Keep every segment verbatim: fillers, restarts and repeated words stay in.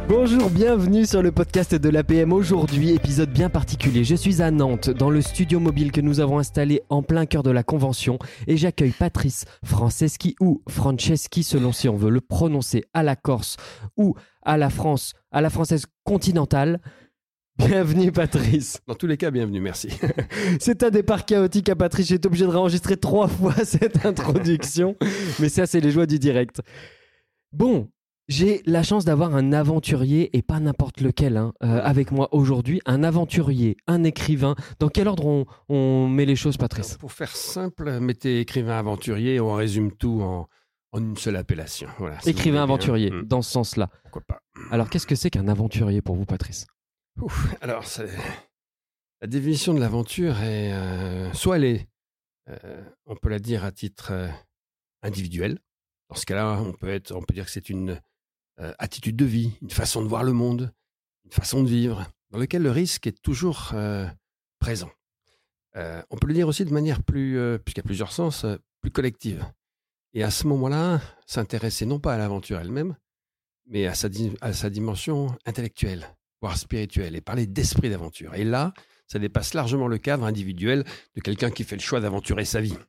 Bonjour, bienvenue sur le podcast de l'A P M. Aujourd'hui, épisode bien particulier. Je suis à Nantes, dans le studio mobile que nous avons installé en plein cœur de la Convention, et j'accueille Patrice Franceschi, ou Franceschi selon si on veut le prononcer à la Corse ou à la France, à la française continentale. Bienvenue Patrice. Dans tous les cas, bienvenue, merci. C'est un départ chaotique à Patrice, j'ai été obligé de réenregistrer trois fois cette introduction, mais ça c'est les joies du direct. Bon, j'ai la chance d'avoir un aventurier, et pas n'importe lequel, hein, euh, avec moi aujourd'hui. Un aventurier, un écrivain. Dans quel ordre on, on met les choses, Patrice ? Alors, pour faire simple, mettez écrivain aventurier, on résume tout en, en une seule appellation. Voilà, si Écrivain aventurier, mmh. dans ce sens-là. Pourquoi pas. Alors, qu'est-ce que c'est qu'un aventurier pour vous, Patrice ? Ouf, alors, c'est... la définition de l'aventure est... Euh, soit elle est, euh, on peut la dire à titre euh, individuel. Dans ce cas-là, on peut, être, on peut dire que c'est une... Euh, attitude de vie, une façon de voir le monde, une façon de vivre, dans lequel le risque est toujours euh, présent. Euh, on peut le dire aussi de manière plus, euh, puisqu'il y a plusieurs sens, euh, plus collective. Et à ce moment-là, s'intéresser non pas à l'aventure elle-même, mais à sa, di- à sa dimension intellectuelle, voire spirituelle, et parler d'esprit d'aventure. Et là, ça dépasse largement le cadre individuel de quelqu'un qui fait le choix d'aventurer sa vie.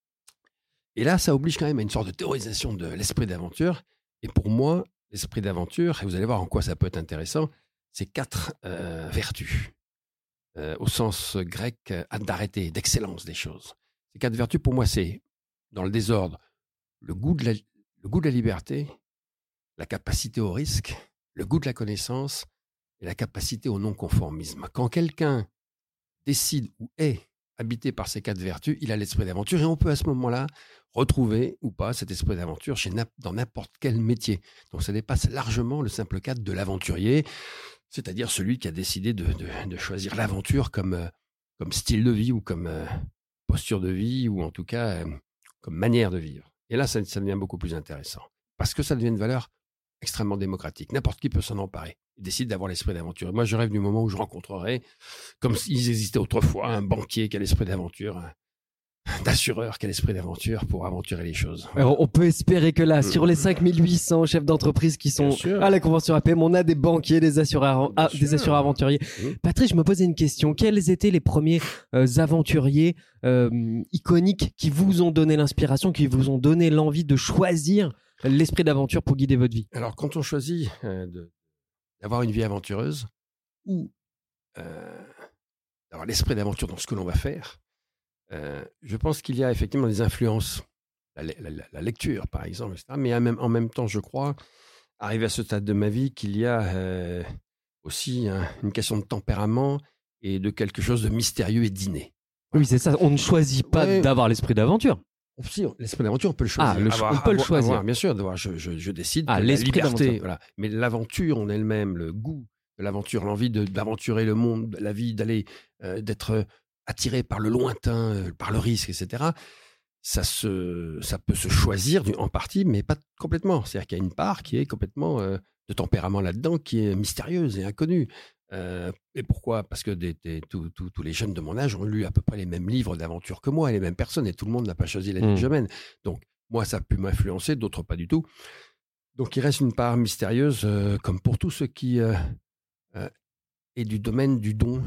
Et là, ça oblige quand même à une sorte de théorisation de l'esprit d'aventure. Et pour moi, l'esprit d'aventure, et vous allez voir en quoi ça peut être intéressant, c'est quatre euh, vertus, euh, au sens grec euh, d'arrêter, d'excellence des choses. Ces quatre vertus, pour moi, c'est, dans le désordre, le goût de la, le goût de la liberté, la capacité au risque, le goût de la connaissance et la capacité au non-conformisme. Quand quelqu'un décide ou est habité par ces quatre vertus, il a l'esprit d'aventure, et on peut à ce moment-là retrouver ou pas cet esprit d'aventure chez na- dans n'importe quel métier. Donc ça dépasse largement le simple cadre de l'aventurier, c'est-à-dire celui qui a décidé de, de, de choisir l'aventure comme, euh, comme style de vie ou comme euh, posture de vie, ou en tout cas euh, comme manière de vivre. Et là, ça, ça devient beaucoup plus intéressant, parce que ça devient une valeur extrêmement démocratique. N'importe qui peut s'en emparer. Il décide d'avoir l'esprit d'aventure. Moi, je rêve du moment où je rencontrerai, comme s'ils existaient autrefois, un banquier qui a l'esprit d'aventure, un d'assureur qui a l'esprit d'aventure pour aventurer les choses. Voilà. Alors, on peut espérer que là, sur les cinq mille huit cents chefs d'entreprise qui sont à la Convention A P M, on a des banquiers, des assureurs, ah, des assureurs aventuriers. Mmh. Patrice, je me posais une question. Quels étaient les premiers euh, aventuriers euh, iconiques qui vous ont donné l'inspiration, qui vous ont donné l'envie de choisir l'esprit d'aventure pour guider votre vie ? Alors, quand on choisit euh, de, d'avoir une vie aventureuse ou euh, d'avoir l'esprit d'aventure dans ce que l'on va faire, Euh, je pense qu'il y a effectivement des influences, la, la, la, la lecture par exemple, et cetera. Mais en même, en même temps, je crois, arrivé à ce stade de ma vie, qu'il y a euh, aussi hein, une question de tempérament et de quelque chose de mystérieux et d'inné. Oui, c'est ça. On ne choisit pas ouais. d'avoir l'esprit d'aventure. Si, l'esprit d'aventure, on peut le choisir. Ah, le, avoir, on peut avoir, le choisir. Avoir, bien sûr, d'avoir, je, je, je décide ah, de l'esprit la liberté. Voilà. Mais l'aventure en elle-même, le goût de l'aventure, l'envie de, d'aventurer le monde, la vie, d'aller, euh, d'être attiré par le lointain, euh, par le risque, et cetera, ça, se, ça peut se choisir en partie, mais pas complètement. C'est-à-dire qu'il y a une part qui est complètement euh, de tempérament là-dedans, qui est mystérieuse et inconnue. Euh, et pourquoi ? Parce que des, des, tous, tous, tous les jeunes de mon âge ont lu à peu près les mêmes livres d'aventure que moi, et les mêmes personnes, et tout le monde n'a pas choisi la vie mmh. que je mène. Donc, moi, ça a pu m'influencer, d'autres pas du tout. Donc, il reste une part mystérieuse, euh, comme pour tout ce qui euh, euh, est du domaine du don,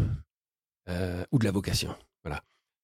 Euh, ou de la vocation. Voilà.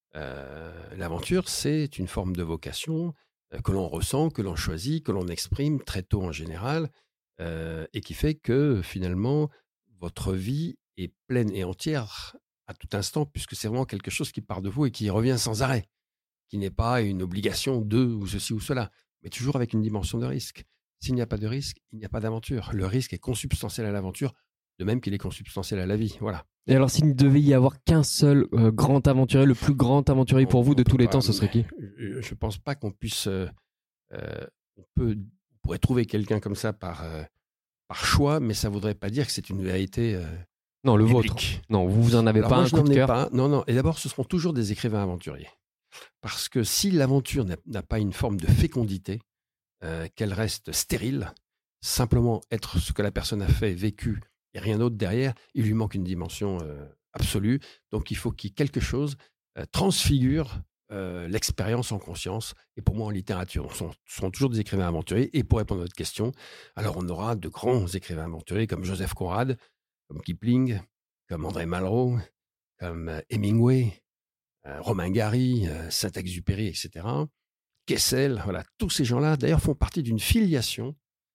Euh, l'aventure, c'est une forme de vocation euh, que l'on ressent, que l'on choisit, que l'on exprime très tôt en général, euh, et qui fait que finalement, votre vie est pleine et entière à tout instant, puisque c'est vraiment quelque chose qui part de vous et qui revient sans arrêt, qui n'est pas une obligation de ou ceci ou cela, mais toujours avec une dimension de risque. S'il n'y a pas de risque, il n'y a pas d'aventure. Le risque est consubstantiel à l'aventure, de même qu'il est consubstantiel à la vie. Voilà. Et alors, s'il ne devait y avoir qu'un seul euh, grand aventurier, le plus grand aventurier pour on, vous de tous les pas, temps, ce serait qui ? Je ne pense pas qu'on puisse... Euh, euh, on, peut, on pourrait trouver quelqu'un comme ça par, euh, par choix, mais ça ne voudrait pas dire que c'est une vérité euh, Non, le publique. vôtre. Non, vous, vous en avez alors pas moi, un je coup de cœur. Pas. Non, non. Et d'abord, ce seront toujours des écrivains aventuriers. Parce que si l'aventure n'a, n'a pas une forme de fécondité, euh, qu'elle reste stérile, simplement être ce que la personne a fait, vécu, et rien d'autre derrière, il lui manque une dimension... Euh, absolue. Donc, il faut qu'il y ait quelque chose euh, transfigure euh, l'expérience en conscience. Et pour moi, en littérature, ce sont, ce sont toujours des écrivains aventuriers. Et pour répondre à votre question, alors on aura de grands écrivains aventuriers comme Joseph Conrad, comme Kipling, comme André Malraux, comme euh, Hemingway, euh, Romain Gary, euh, Saint-Exupéry, et cetera. Kessel, voilà, tous ces gens-là, d'ailleurs, font partie d'une filiation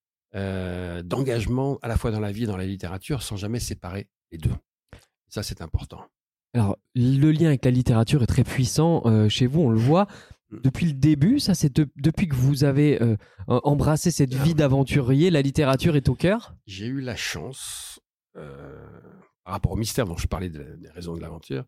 euh, d'engagement à la fois dans la vie et dans la littérature, sans jamais séparer les deux. Ça, c'est important. Alors, le lien avec la littérature est très puissant euh, chez vous, on le voit. Depuis le début, ça, c'est de, depuis que vous avez euh, embrassé cette vie d'aventurier, la littérature est au cœur? J'ai eu la chance, euh, par rapport au mystère dont je parlais de, des raisons de l'aventure,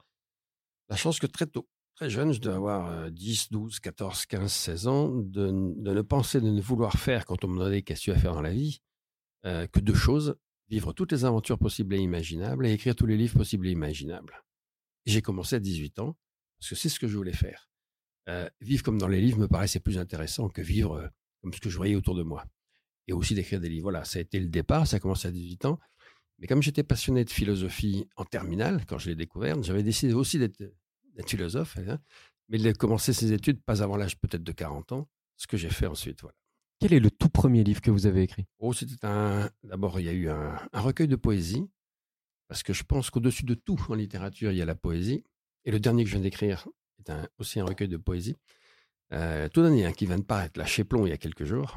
la chance que très tôt, très jeune, je dois avoir euh, dix, douze, quatorze, quinze, seize ans, de, de ne penser, de ne vouloir faire, quand on me demandait qu'est-ce que tu vas faire dans la vie, euh, que deux choses, vivre toutes les aventures possibles et imaginables et écrire tous les livres possibles et imaginables. Et j'ai commencé à dix-huit ans, parce que c'est ce que je voulais faire. Euh, vivre comme dans les livres me paraissait plus intéressant que vivre euh, comme ce que je voyais autour de moi. Et aussi d'écrire des livres. Voilà, ça a été le départ, ça a commencé à dix-huit ans. Mais comme j'étais passionné de philosophie en terminale, quand je l'ai découverte, j'avais décidé aussi d'être, d'être philosophe, hein, mais de commencer ces études pas avant l'âge peut-être de quarante ans, ce que j'ai fait ensuite. Voilà. Quel est le tout premier livre que vous avez écrit? Oh, c'était un... D'abord, il y a eu un, un recueil de poésie, parce que je pense qu'au-dessus de tout en littérature, il y a la poésie. Et le dernier que je viens d'écrire est un, aussi un recueil de poésie. Euh, tout dernier, hein, qui vient de paraître là, chez Plomb il y a quelques jours.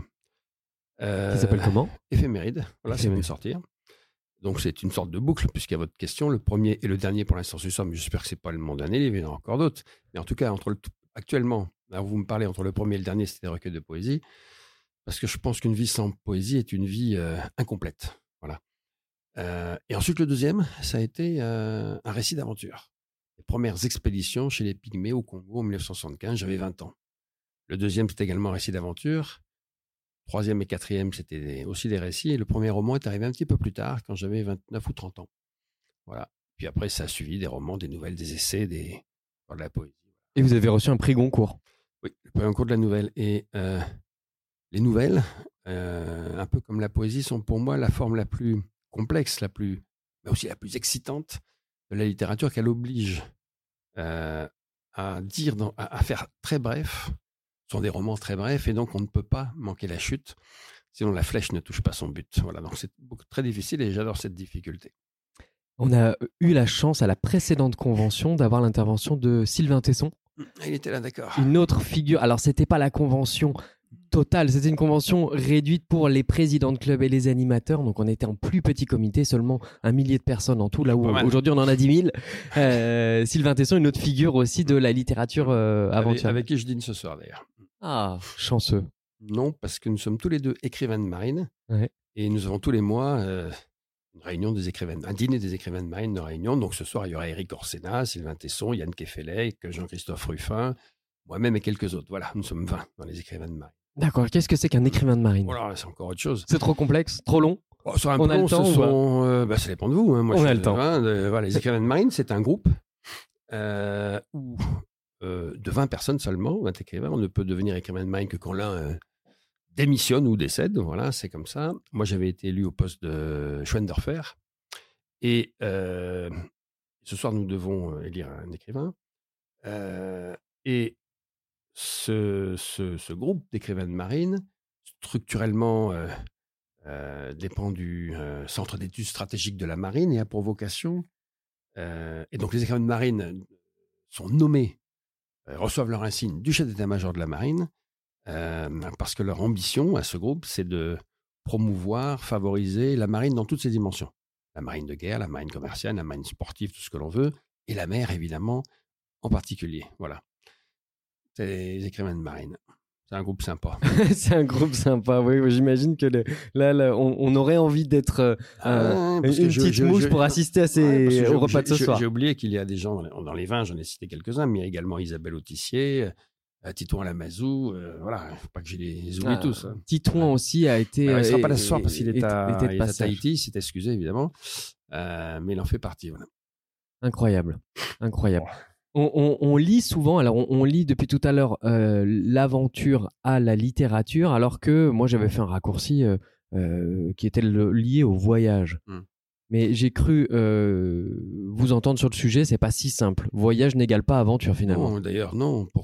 Euh, qui s'appelle comment? Éphéméride. Voilà, ça vient de sortir. Donc c'est une sorte de boucle, puisqu'il y a votre question. Le premier et le dernier, pour l'instant, c'est ça, mais j'espère que ce n'est pas le monde d'un livre, il y en a encore d'autres. Mais en tout cas, entre le, actuellement, là où vous me parlez, entre le premier et le dernier, c'était des recueils de poésie. Parce que je pense qu'une vie sans poésie est une vie euh, incomplète. Voilà. Euh, et ensuite, le deuxième, ça a été euh, un récit d'aventure. Les premières expéditions chez les Pygmées au Congo en mille neuf cent soixante-quinze, j'avais vingt ans. Le deuxième, c'était également un récit d'aventure. Troisième et quatrième, c'était des, aussi des récits. Et le premier roman est arrivé un petit peu plus tard, quand j'avais vingt-neuf ou trente ans. Voilà. Puis après, ça a suivi des romans, des nouvelles, des essais, des, de la poésie. Et vous avez reçu un prix Goncourt? Oui, le prix Goncourt de la nouvelle. Et euh, les nouvelles, euh, un peu comme la poésie, sont pour moi la forme la plus complexe, la plus, mais aussi la plus excitante de la littérature, qu'elle oblige euh, à dire, dans, à, à faire très bref. Ce sont des romans très brefs et donc on ne peut pas manquer la chute, sinon la flèche ne touche pas son but. Voilà, donc c'est beaucoup, très difficile et j'adore cette difficulté. On a eu la chance à la précédente convention d'avoir l'intervention de Sylvain Tesson. Il était là, d'accord. Une autre figure. Alors c'était pas la convention totale, c'était une convention réduite pour les présidents de club et les animateurs. Donc on était en plus petit comité, seulement un millier de personnes en tout, là où aujourd'hui on en a dix mille. Euh, Sylvain Tesson, une autre figure aussi de la littérature euh, aventurière. Avec, avec qui je dîne ce soir d'ailleurs. Ah, chanceux. Non, parce que nous sommes tous les deux écrivains de marine ouais. Et nous avons tous les mois euh, une réunion des écrivains, un dîner des écrivains de marine, une réunion. Donc ce soir, il y aura Éric Orsena, Sylvain Tesson, Yann Kefelec, Jean-Christophe Ruffin, moi-même et quelques autres. Voilà, nous sommes vingt dans les écrivains de marine. D'accord, qu'est-ce que c'est qu'un écrivain de marine? Voilà, c'est encore autre chose. C'est trop complexe, trop long? Oh, sur un on plan, a le temps, ce sont, euh, bah, ça dépend de vous. Hein. Moi, on je a le temps. Hein, de, voilà, les écrivains de marine, c'est un groupe euh, où, euh, de vingt personnes seulement, vingt écrivains. On ne peut devenir écrivain de marine que quand l'un euh, démissionne ou décède. Voilà, c'est comme ça. Moi, j'avais été élu au poste de Schwendorfer. Et euh, ce soir, nous devons élire un écrivain. Euh, et ce, ce, ce groupe d'écrivains de marine, structurellement, euh, euh, dépend du euh, Centre d'études stratégiques de la marine et a pour vocation. Euh, et donc, les écrivains de marine sont nommés, euh, reçoivent leur insigne du chef d'état-major de la marine, euh, parce que leur ambition à ce groupe, c'est de promouvoir, favoriser la marine dans toutes ses dimensions. La marine de guerre, la marine commerciale, la marine sportive, tout ce que l'on veut, et la mer, évidemment, en particulier. Voilà. C'est les écrivains de marine. C'est un groupe sympa. C'est un groupe sympa, oui. J'imagine que le, là, là on, on aurait envie d'être euh, ah, une petite je, mouche je, pour je, assister à ces, ouais, au repas de ce je, soir. J'ai oublié qu'il y a des gens, dans les vins, j'en ai cité quelques-uns, mais il y a également Isabelle Autissier, euh, Titouan Lamazou, euh, voilà, il ne faut pas que je les oublie ah, tous. Hein. Titouan ouais. aussi a été... Bah, il ne sera euh, pas là ce soir parce qu'il est, est, à, est il est à Tahiti, il s'est excusé évidemment, euh, mais il en fait partie. Voilà. Incroyable, incroyable. On, on, on lit souvent, alors on, on lit depuis tout à l'heure euh, l'aventure à la littérature, alors que moi j'avais fait un raccourci euh, euh, qui était le, lié au voyage. Mm. Mais j'ai cru euh, vous entendre sur le sujet, c'est pas si simple. Voyage n'égale pas aventure finalement. Non, d'ailleurs non. Pour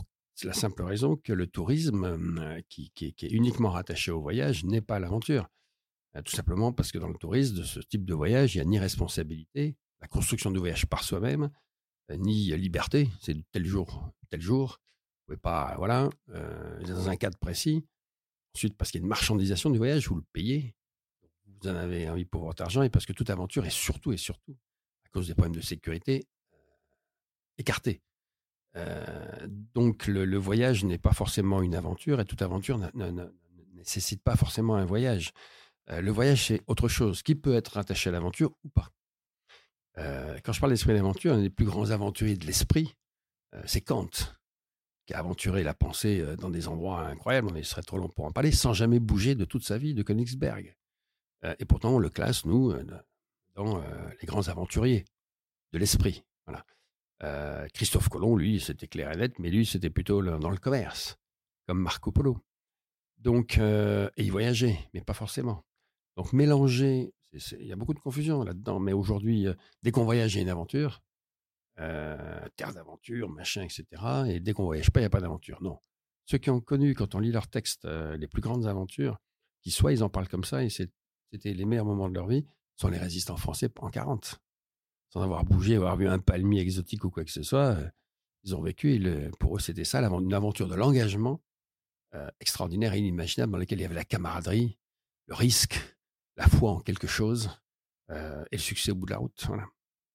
C'est la simple raison que le tourisme, euh, qui, qui, qui est uniquement rattaché au voyage, n'est pas l'aventure. Euh, tout simplement parce que dans le tourisme, de ce type de voyage, il n'y a ni responsabilité, la construction du voyage par soi-même, euh, ni liberté. C'est tel jour, tel jour. Vous pouvez pas, voilà, euh, dans un cadre précis. Ensuite, parce qu'il y a une marchandisation du voyage, vous le payez. Vous en avez envie pour votre argent et parce que toute aventure est surtout et surtout, à cause des problèmes de sécurité, euh, écartée. Euh, donc le, le voyage n'est pas forcément une aventure et toute aventure ne, ne, ne, ne nécessite pas forcément un voyage. Euh, le voyage, c'est autre chose qui peut être rattaché à l'aventure ou pas. Euh, quand je parle d'esprit d'aventure, un des plus grands aventuriers de l'esprit, euh, c'est Kant, qui a aventuré la pensée euh, dans des endroits incroyables, on serait trop long pour en parler, sans jamais bouger de toute sa vie de Königsberg. Euh, et pourtant, on le classe, nous, euh, dans euh, les grands aventuriers de l'esprit. Voilà. Euh, Christophe Colomb, lui, c'était clair et net, mais lui, c'était plutôt le, dans le commerce, comme Marco Polo. Donc, euh, et il voyageait, mais pas forcément. Donc, mélanger, il y a beaucoup de confusion là-dedans, mais aujourd'hui, euh, dès qu'on voyage, il y a une aventure, euh, terre d'aventure, machin, et cetera. Et dès qu'on ne voyage pas, il n'y a pas d'aventure. Non. Ceux qui ont connu, quand on lit leurs textes, euh, les plus grandes aventures, qui soit ils en parlent comme ça, et c'est, c'était les meilleurs moments de leur vie, sont les résistants français en quarante. Sans avoir bougé, avoir vu un palmier exotique ou quoi que ce soit, euh, ils ont vécu, et le, pour eux, c'était ça, une aventure de l'engagement euh, extraordinaire et inimaginable, dans laquelle il y avait la camaraderie, le risque, la foi en quelque chose, euh, et le succès au bout de la route. Voilà.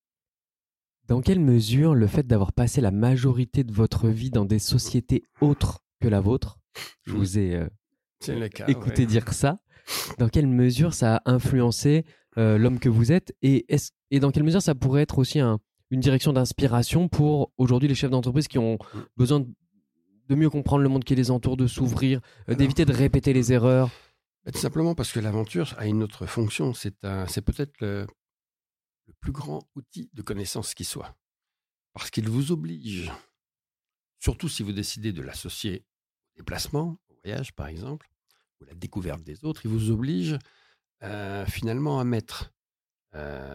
Dans quelle mesure le fait d'avoir passé la majorité de votre vie dans des sociétés autres que la vôtre, je mmh. vous ai euh, le cas, écouté ouais. dire ça, dans quelle mesure ça a influencé euh, l'homme que vous êtes et, est-ce, et dans quelle mesure ça pourrait être aussi un, une direction d'inspiration pour aujourd'hui les chefs d'entreprise qui ont besoin de, de mieux comprendre le monde qui les entoure, de s'ouvrir, euh, d'éviter de répéter les erreurs? Bah, tout simplement parce que l'aventure a une autre fonction, c'est, un, c'est peut-être le, le plus grand outil de connaissance qui soit. Parce qu'il vous oblige, surtout si vous décidez de l'associer au déplacement, au voyage par exemple, ou la découverte des autres, il vous oblige euh, finalement à mettre euh,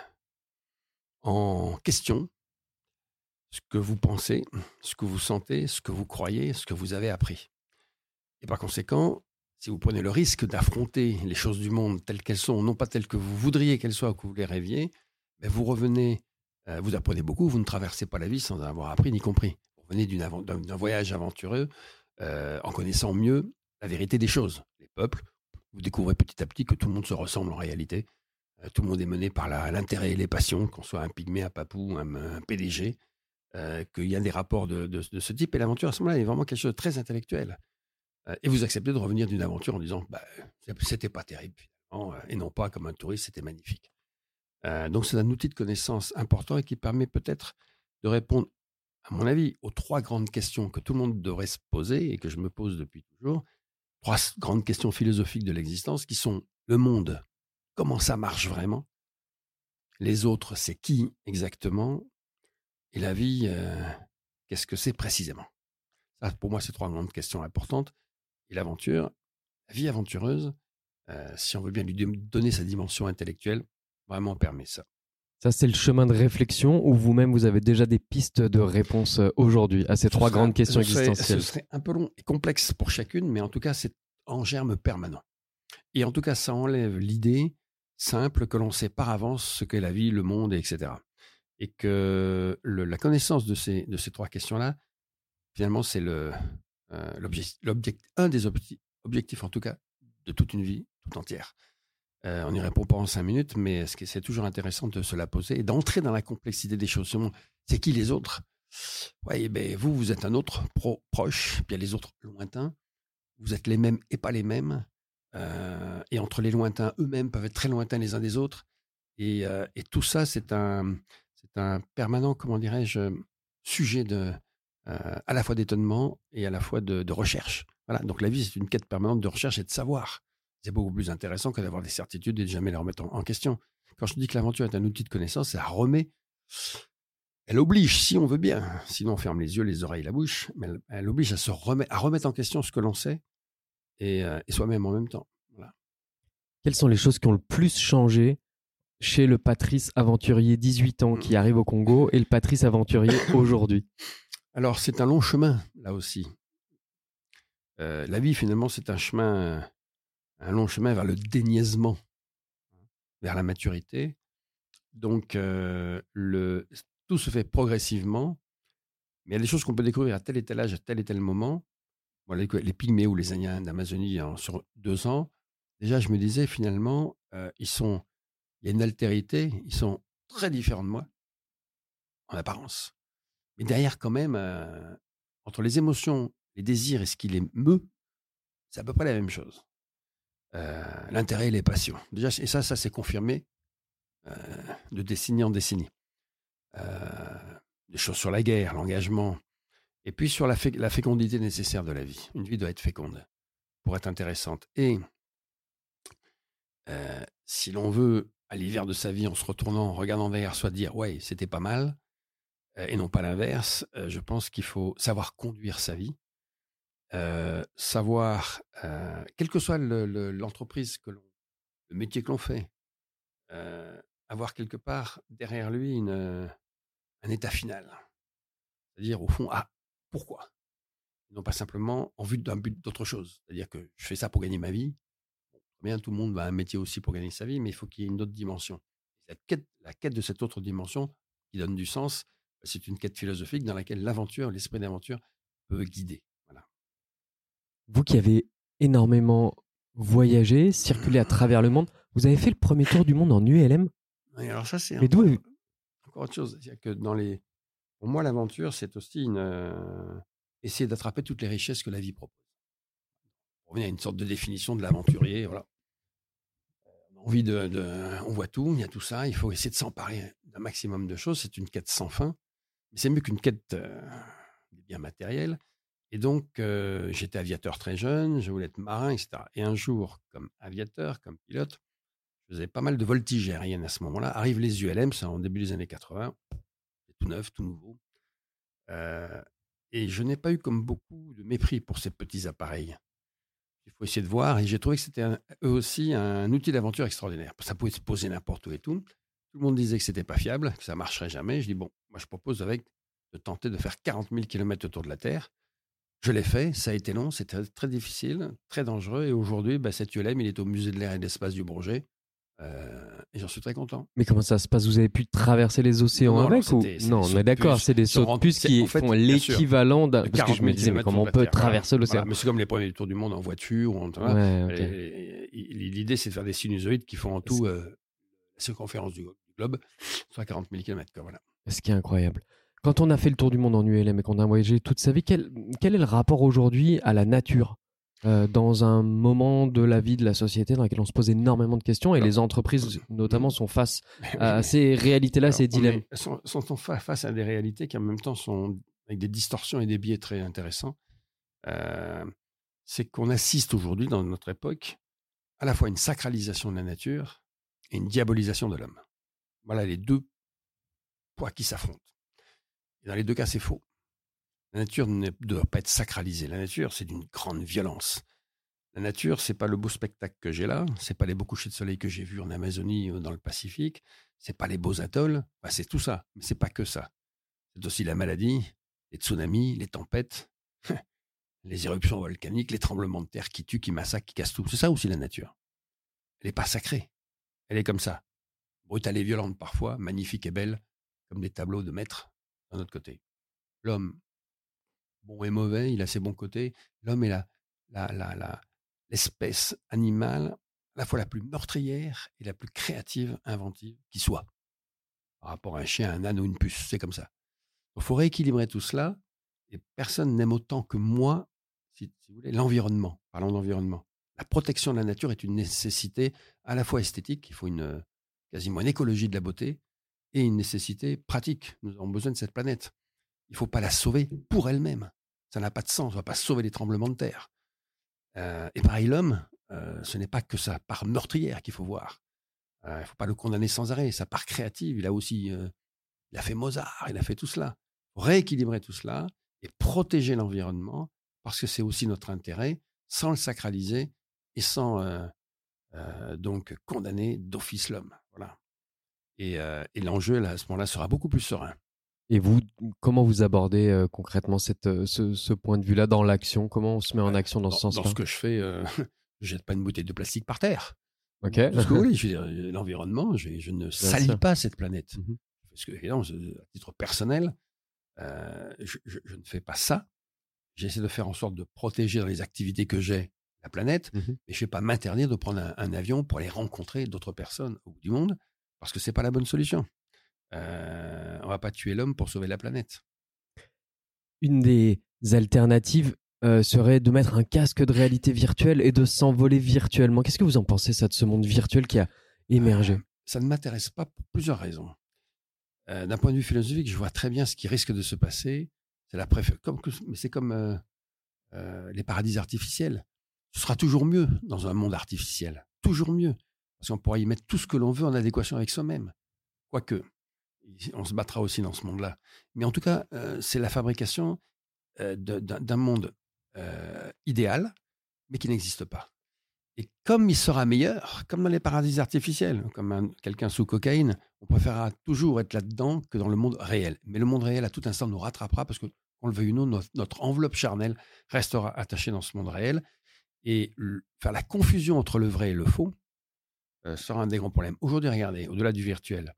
en question ce que vous pensez, ce que vous sentez, ce que vous croyez, ce que vous avez appris. Et par conséquent, si vous prenez le risque d'affronter les choses du monde telles qu'elles sont, non pas telles que vous voudriez qu'elles soient ou que vous les rêviez, ben vous revenez, euh, vous apprenez beaucoup, vous ne traversez pas la vie sans en avoir appris ni compris. Vous revenez d'une avant, d'un, d'un voyage aventureux euh, en connaissant mieux la vérité des choses. Les peuples, vous découvrez petit à petit que tout le monde se ressemble en réalité. Euh, tout le monde est mené par la, l'intérêt et les passions, qu'on soit un pygmée, un papou, un, un P D G, euh, qu'il y a des rapports de, de, de ce type. Et l'aventure, à ce moment-là, est vraiment quelque chose de très intellectuel. Euh, et vous acceptez de revenir d'une aventure en disant bah, c'était pas terrible finalement, et non pas comme un touriste, c'était magnifique. Euh, donc c'est un outil de connaissance important et qui permet peut-être de répondre, à mon avis, aux trois grandes questions que tout le monde devrait se poser et que je me pose depuis toujours. Trois grandes questions philosophiques de l'existence qui sont le monde, comment ça marche vraiment? Les autres, c'est qui exactement? Et la vie, euh, qu'est-ce que c'est précisément? Ça, pour moi, c'est trois grandes questions importantes. Et l'aventure, la vie aventureuse, euh, si on veut bien lui donner sa dimension intellectuelle, vraiment permet ça. Ça, c'est le chemin de réflexion où vous-même, vous avez déjà des pistes de réponse aujourd'hui à ces ce trois serait, grandes questions ce serait, existentielles. Ce serait un peu long et complexe pour chacune, mais en tout cas, c'est en germe permanent. Et en tout cas, ça enlève l'idée simple que l'on sait par avance ce qu'est la vie, le monde, et cetera. Et que le, la connaissance de ces, de ces trois questions-là, finalement, c'est le... Euh, l'objectif, l'objectif, un des objectifs, objectifs, en tout cas, de toute une vie, tout entière. Euh, on n'y répond pas en cinq minutes, mais ce qui, c'est toujours intéressant de se la poser et d'entrer dans la complexité des choses. C'est qui les autres? Ouais, ben, vous, vous êtes un autre pro, proche, puis il y a les autres lointains. Vous êtes les mêmes et pas les mêmes. Euh, et entre les lointains, eux-mêmes peuvent être très lointains les uns des autres. Et, euh, et tout ça, c'est un, c'est un permanent, comment dirais-je, sujet de... Euh, à la fois d'étonnement et à la fois de, de recherche. Voilà. Donc la vie, c'est une quête permanente de recherche et de savoir. C'est beaucoup plus intéressant que d'avoir des certitudes et de jamais les remettre en, en question. Quand je dis que l'aventure est un outil de connaissance, ça remet, elle oblige, si on veut bien, sinon on ferme les yeux, les oreilles, la bouche, mais elle, elle oblige à se remettre, à remettre en question ce que l'on sait et, euh, et soi-même en même temps. Voilà. Quelles sont les choses qui ont le plus changé chez le Patrice aventurier dix-huit ans qui arrive au Congo et le Patrice aventurier aujourd'hui? Alors, c'est un long chemin, là aussi. Euh, la vie, finalement, c'est un chemin, un long chemin vers le déniaisement, vers la maturité. Donc, euh, le, tout se fait progressivement, mais il y a des choses qu'on peut découvrir à tel et tel âge, à tel et tel moment. Voilà, les, les Pygmées ou les Indiens d'Amazonie en, sur deux ans. Déjà, je me disais, finalement, euh, ils sont, il y a une altérité, ils sont très différents de moi, en apparence. Mais derrière, quand même, euh, entre les émotions, les désirs et ce qui les meut, c'est à peu près la même chose. Euh, l'intérêt et les passions. Déjà, et ça, ça s'est confirmé euh, de décennie en décennie. Euh, des choses sur la guerre, l'engagement, et puis sur la, fé- la fécondité nécessaire de la vie. Une vie doit être féconde pour être intéressante. Et euh, si l'on veut, à l'hiver de sa vie, en se retournant, en regardant derrière soi, dire « ouais, c'était pas mal », euh, et non pas l'inverse, euh, je pense qu'il faut savoir conduire sa vie, euh, savoir, euh, quelle que soit le- le- l'entreprise, que l'on, le métier que l'on fait, euh, avoir quelque part derrière lui une, euh, un état final. C'est-à-dire, au fond, ah, pourquoi? Non pas simplement en vue d'un but d'autre chose. C'est-à-dire que je fais ça pour gagner ma vie. Bon, très bien, tout le monde a un métier aussi pour gagner sa vie, mais il faut qu'il y ait une autre dimension. La quête, la quête de cette autre dimension qui donne du sens, c'est une quête philosophique dans laquelle l'aventure, l'esprit d'aventure peut guider. Voilà. Vous qui avez énormément voyagé, circulé à travers le monde, vous avez fait le premier tour du monde en U L M. Et alors ça, c'est Mais d'où encore, est- encore autre chose. C'est-à-dire que dans les, pour moi, l'aventure, c'est aussi une, euh, essayer d'attraper toutes les richesses que la vie propose. On revient à une sorte de définition de l'aventurier. Voilà. On a envie de, de- on voit tout, il y a tout ça. Il faut essayer de s'emparer d'un maximum de choses. C'est une quête sans fin. Mais c'est mieux qu'une quête euh, des biens matériels. Et donc, euh, j'étais aviateur très jeune, je voulais être marin, et cetera. Et un jour, comme aviateur, comme pilote, je faisais pas mal de voltige aérienne à ce moment-là. Arrivent les U L M, c'est en début des années quatre-vingts. C'est tout neuf, tout nouveau. Euh, et je n'ai pas eu comme beaucoup de mépris pour ces petits appareils. Il faut essayer de voir. Et j'ai trouvé que c'était un- eux aussi un outil d'aventure extraordinaire. Ça pouvait se poser n'importe où et tout. Tout le monde disait que c'était pas fiable, que ça marcherait jamais. Je dis bon, moi je propose avec de tenter de faire quarante mille kilomètres autour de la Terre. Je l'ai fait, ça a été long, c'était très difficile, très dangereux. Et aujourd'hui, bah, cet U L M, il est au musée de l'air et de l'espace du Bourget. Euh, et j'en suis très content. Mais comment ça se passe? Vous avez pu traverser les Non, océans non, alors avec ou c'était c'est des non? sauts Mais de d'accord, puce. c'est des Si on sauts de rentre- puce c'est- qui en fait, font bien sûr, l'équivalent d'un. de Parce que je me quarante mille disais, mais kilomètres comment on autour de peut la Terre. Voilà. traverser l'océan? Voilà. Mais c'est comme les premiers tours du monde en voiture. Ou en, voilà. Ouais, ok. Et- et- et L'idée, c'est de faire des sinusoïdes qui font en tout euh, la circonférence du, du globe, soit quarante mille kilomètres. Voilà. Ce qui est incroyable. Quand on a fait le tour du monde en U L M et qu'on a voyagé toute sa vie, quel, quel est le rapport aujourd'hui à la nature euh, dans un moment de la vie de la société dans lequel on se pose énormément de questions et Alors, les entreprises notamment sont face Mais oui, à mais- ces réalités-là, alors, ces on dilemmes? est- sont, sont fa- face à des réalités qui en même temps sont avec des distorsions et des biais très intéressants. Euh, c'est qu'on assiste aujourd'hui dans notre époque à la fois une sacralisation de la nature et une diabolisation de l'homme. Voilà les deux poids qui s'affrontent. Et dans les deux cas, c'est faux. La nature ne doit pas être sacralisée. La nature, c'est d'une grande violence. La nature, c'est pas le beau spectacle que j'ai là, c'est pas les beaux couchers de soleil que j'ai vus en Amazonie ou dans le Pacifique, c'est pas les beaux atolls, bah, c'est tout ça, mais c'est pas que ça. C'est aussi la maladie, les tsunamis, les tempêtes, les éruptions volcaniques, les tremblements de terre qui tuent, qui massacrent, qui cassent tout. C'est ça aussi la nature. Elle n'est pas sacrée. Elle est comme ça. Brutale et violente parfois, magnifique et belle, comme des tableaux de maîtres d'un autre côté. L'homme, bon et mauvais, il a ses bons côtés. L'homme est la, la, la, la, l'espèce animale à la fois la plus meurtrière et la plus créative, inventive qui soit. Par rapport à un chien, un âne ou une puce, c'est comme ça. Il faut rééquilibrer tout cela. Et personne n'aime autant que moi, si, si vous voulez, l'environnement. Parlons d'environnement. La protection de la nature est une nécessité à la fois esthétique, il faut une, quasiment une écologie de la beauté, et une nécessité pratique. Nous avons besoin de cette planète. Il ne faut pas la sauver pour elle-même. Ça n'a pas de sens. On ne va pas sauver les tremblements de terre. Euh, et pareil, l'homme, euh, ce n'est pas que sa part meurtrière qu'il faut voir. Euh, il ne faut pas le condamner sans arrêt. Sa part créative, il a aussi, euh, il a fait Mozart, il a fait tout cela. Il faut rééquilibrer tout cela et protéger l'environnement parce que c'est aussi notre intérêt, sans le sacraliser et sans euh, euh, donc condamner d'office l'homme. Voilà. Et, euh, et l'enjeu là, à ce moment-là sera beaucoup plus serein. Et vous, comment vous abordez euh, concrètement cette, euh, ce, ce point de vue-là dans l'action? Comment on se met en action dans, dans, ce sens-là? Dans ce que je fais, euh, je jette pas une bouteille de plastique par terre. Ok. Tout ce que vous voulez. Je veux dire, l'environnement, je, je ne salis sûr. pas cette planète. Mhm. Parce que, évidemment, je, à titre personnel, euh, je, je, je ne fais pas ça. J'essaie de faire en sorte de protéger dans les activités que j'ai la planète, Mhm. mais je ne vais pas m'interdire de prendre un, un avion pour aller rencontrer d'autres personnes au bout du monde, parce que ce n'est pas la bonne solution. Euh, on ne va pas tuer l'homme pour sauver la planète. Une des alternatives euh, serait de mettre un casque de réalité virtuelle et de s'envoler virtuellement. Qu'est-ce que vous en pensez, ça, de ce monde virtuel qui a émergé? Euh, ça ne m'intéresse pas pour plusieurs raisons. Euh, d'un point de vue philosophique, je vois très bien ce qui risque de se passer. C'est la préfé- comme, mais c'est comme euh, euh, les paradis artificiels. Ce sera toujours mieux dans un monde artificiel. Toujours mieux. Parce qu'on pourra y mettre tout ce que l'on veut en adéquation avec soi-même. Quoique, on se battra aussi dans ce monde-là. Mais en tout cas, euh, c'est la fabrication euh, de, d'un, d'un monde euh, idéal, mais qui n'existe pas. Et comme il sera meilleur, comme dans les paradis artificiels, comme un, quelqu'un sous cocaïne, on préférera toujours être là-dedans que dans le monde réel. Mais le monde réel, à tout instant, nous rattrapera parce que, qu'on le veuille ou non, notre, notre enveloppe charnelle restera attachée dans ce monde réel. Et le, faire la confusion entre le vrai et le faux euh, sera un des grands problèmes. Aujourd'hui, regardez, au-delà du virtuel,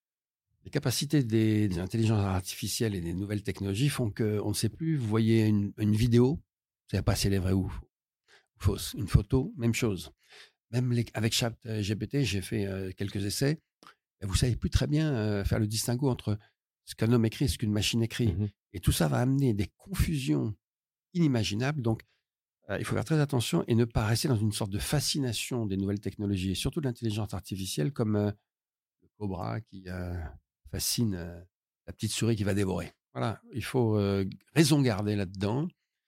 les capacités des, des intelligences artificielles et des nouvelles technologies font qu'on ne sait plus, vous voyez une, une vidéo, vous ne savez pas si elle est vraie ou fausse. Une photo, même chose. Même les, avec ChatGPT, j'ai fait euh, quelques essais. Vous ne savez plus très bien euh, faire le distinguo entre ce qu'un homme écrit et ce qu'une machine écrit. Mhm. Et tout ça va amener des confusions inimaginables. Donc, euh, il faut faire très attention et ne pas rester dans une sorte de fascination des nouvelles technologies, et surtout de l'intelligence artificielle, comme euh, le cobra qui euh, fascine euh, la petite souris qui va dévorer. Voilà, il faut euh, raison garder là-dedans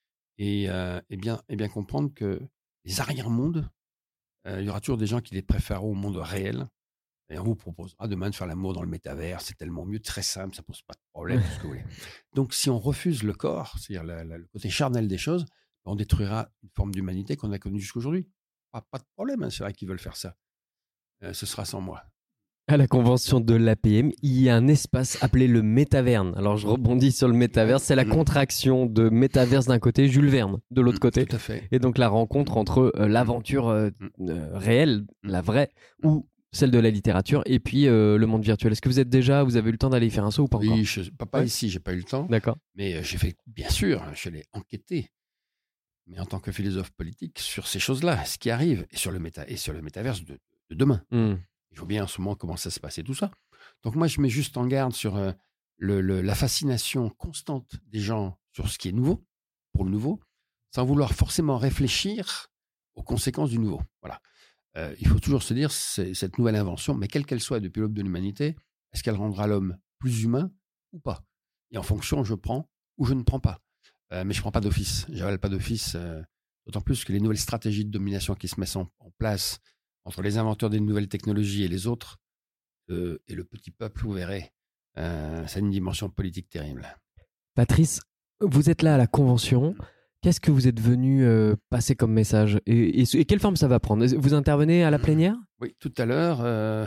et, euh, et, bien, et bien comprendre que les arrière-mondes, euh, il y aura toujours des gens qui les préféreront au monde réel. Et on vous proposera demain de faire l'amour dans le métavers. C'est tellement mieux, très simple, ça pose pas de problème, tout ce que vous voulez. Donc, si on refuse le corps, c'est-à-dire la, la, le côté charnel des choses, on détruira une forme d'humanité qu'on a connue jusqu'aujourd'hui. Pas, pas de problème, hein, c'est vrai qu'ils veulent faire ça. Euh, ce sera sans moi. À la convention de l'A P M, il y a un espace appelé le métaverne. Alors je rebondis sur le métaverse, c'est la contraction de métaverse d'un côté, Jules Verne de l'autre côté. Tout à fait. Et donc la rencontre entre euh, l'aventure euh, euh, réelle, la vraie, ou celle de la littérature, et puis euh, le monde virtuel. Est-ce que vous êtes déjà, vous avez eu le temps d'aller y faire un saut ou pas encore? Oui, je, pas, pas ouais. ici, j'ai pas eu le temps. D'accord. Mais euh, j'ai fait, bien sûr, je l'ai enquêté. Mais en tant que philosophe politique, sur ces choses-là, ce qui arrive, et sur le, méta, et sur le métaverse de, de demain. Mm. Il faut bien en ce moment comment ça se passait, tout ça. Donc moi, je mets juste en garde sur euh, le, le, la fascination constante des gens sur ce qui est nouveau, pour le nouveau, sans vouloir forcément réfléchir aux conséquences du nouveau. Voilà. Euh, il faut toujours se dire, c'est, cette nouvelle invention, mais quelle qu'elle soit depuis l'aube de l'humanité, est-ce qu'elle rendra l'homme plus humain ou pas? Et en fonction, je prends ou je ne prends pas. Euh, mais je ne prends pas d'office. Je n'avale pas d'office, euh, d'autant plus que les nouvelles stratégies de domination qui se mettent en, en place entre les inventeurs des nouvelles technologies et les autres, euh, et le petit peuple, vous verrez, euh, ça a une dimension politique terrible. Patrice, vous êtes là à la convention. Qu'est-ce que vous êtes venu euh, passer comme message et, et, et quelle forme ça va prendre? Vous intervenez à la plénière? Oui, tout à l'heure, euh,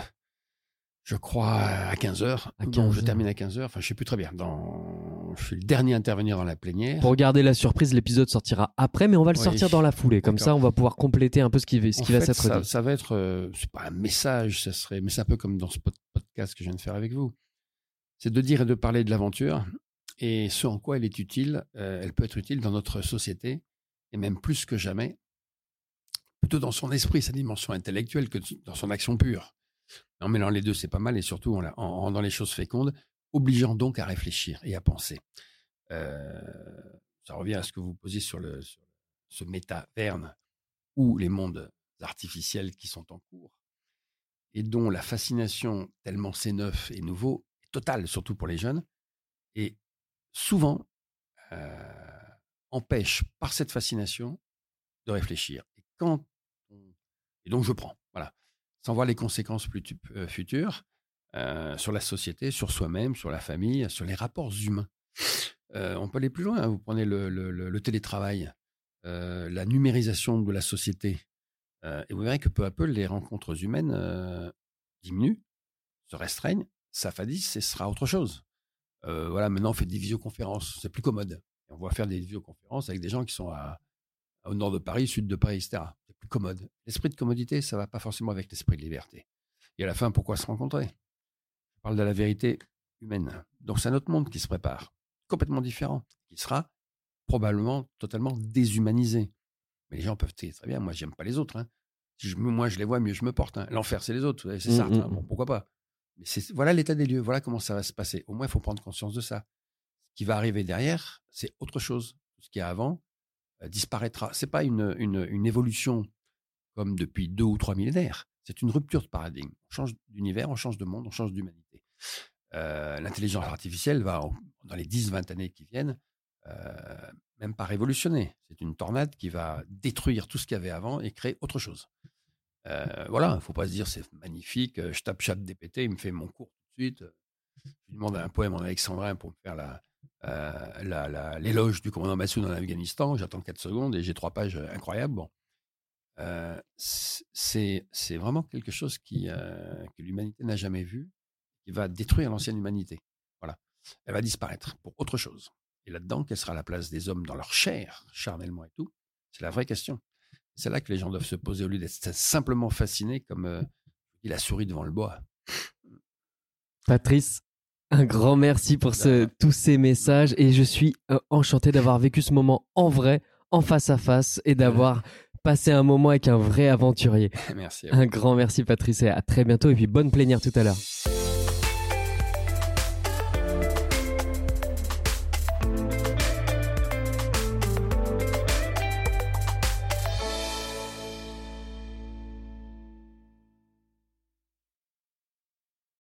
je crois à quinze heures. À quinze non, je heures. termine à quinze heures. Enfin, je ne sais plus très bien. Dans... Je suis le dernier à intervenir dans la plénière. Pour garder la surprise, l'épisode sortira après, mais on va le oui. sortir dans la foulée. Comme D'accord. ça, on va pouvoir compléter un peu ce qui, ce qui en va fait, s'être ça, dit. Ça va être, euh, c'est pas un message, ça serait, mais c'est un peu comme dans ce podcast que je viens de faire avec vous. C'est de dire et de parler de l'aventure et ce en quoi elle est utile. Euh, elle peut être utile dans notre société et même plus que jamais, plutôt dans son esprit, sa dimension intellectuelle que dans son action pure. En mêlant les deux, c'est pas mal et surtout en, en rendant les choses fécondes, obligeant donc à réfléchir et à penser. Euh, ça revient à ce que vous posiez sur, le, sur ce métaverne ou les mondes artificiels qui sont en cours et dont la fascination, tellement c'est neuf et nouveau, est totale, surtout pour les jeunes, et souvent euh, empêche par cette fascination de réfléchir. Et, quand on... et donc je prends, voilà, sans voir les conséquences plus tu... euh, futures euh, sur la société, sur soi-même, sur la famille, sur les rapports humains. Euh, on peut aller plus loin, hein. Vous prenez le, le, le, le télétravail, euh, la numérisation de la société, euh, et vous verrez que peu à peu, les rencontres humaines euh, diminuent, se restreignent, s'affadissent et ce sera autre chose. Euh, voilà, maintenant, on fait des visioconférences. C'est plus commode. Et on va faire des visioconférences avec des gens qui sont à, au nord de Paris, sud de Paris, et cetera. C'est plus commode. L'esprit de commodité, ça ne va pas forcément avec l'esprit de liberté. Et à la fin, pourquoi se rencontrer? Je parle de la vérité humaine. Donc, c'est un autre monde qui se prépare, complètement différent, qui sera probablement totalement déshumanisé. Mais les gens peuvent dire très bien, moi, j'aime pas les autres. Hein. Si je, moi, je les vois, mieux je me porte. Hein. L'enfer, c'est les autres. C'est Sartre. Mmh, hein. Bon, pourquoi pas? Mais c'est, voilà l'état des lieux. Voilà comment ça va se passer. Au moins, il faut prendre conscience de ça. Ce qui va arriver derrière, c'est autre chose. Ce qui est avant euh, disparaîtra. C'est pas une, une, une évolution comme depuis deux ou trois millénaires. C'est une rupture de paradigme. On change d'univers, on change de monde, on change d'humanité. Euh, l'intelligence artificielle va, dans les dix vingt années qui viennent, euh, même pas révolutionner. C'est une tornade qui va détruire tout ce qu'il y avait avant et créer autre chose. Euh, voilà, il ne faut pas se dire c'est magnifique, je tape ChatGPT, il me fait mon cours tout de suite. Je lui demande un poème en alexandrin pour me faire la, euh, la, la, l'éloge du commandant Massoud en Afghanistan. J'attends quatre secondes et j'ai trois pages incroyables. Bon. Euh, c'est, c'est vraiment quelque chose qui, euh, que l'humanité n'a jamais vu, qui va détruire l'ancienne humanité. Voilà. Elle va disparaître pour autre chose. Et là-dedans, quelle sera la place des hommes dans leur chair, charnellement et tout? C'est la vraie question. C'est là que les gens doivent se poser au lieu d'être simplement fascinés comme euh, la souris devant le bois. Patrice, un grand merci pour ce, tous ces messages et je suis euh, enchanté d'avoir vécu ce moment en vrai, en face à face et d'avoir passé un moment avec un vrai aventurier. Merci. Un grand merci Patrice et à très bientôt et puis bonne plénière tout à l'heure.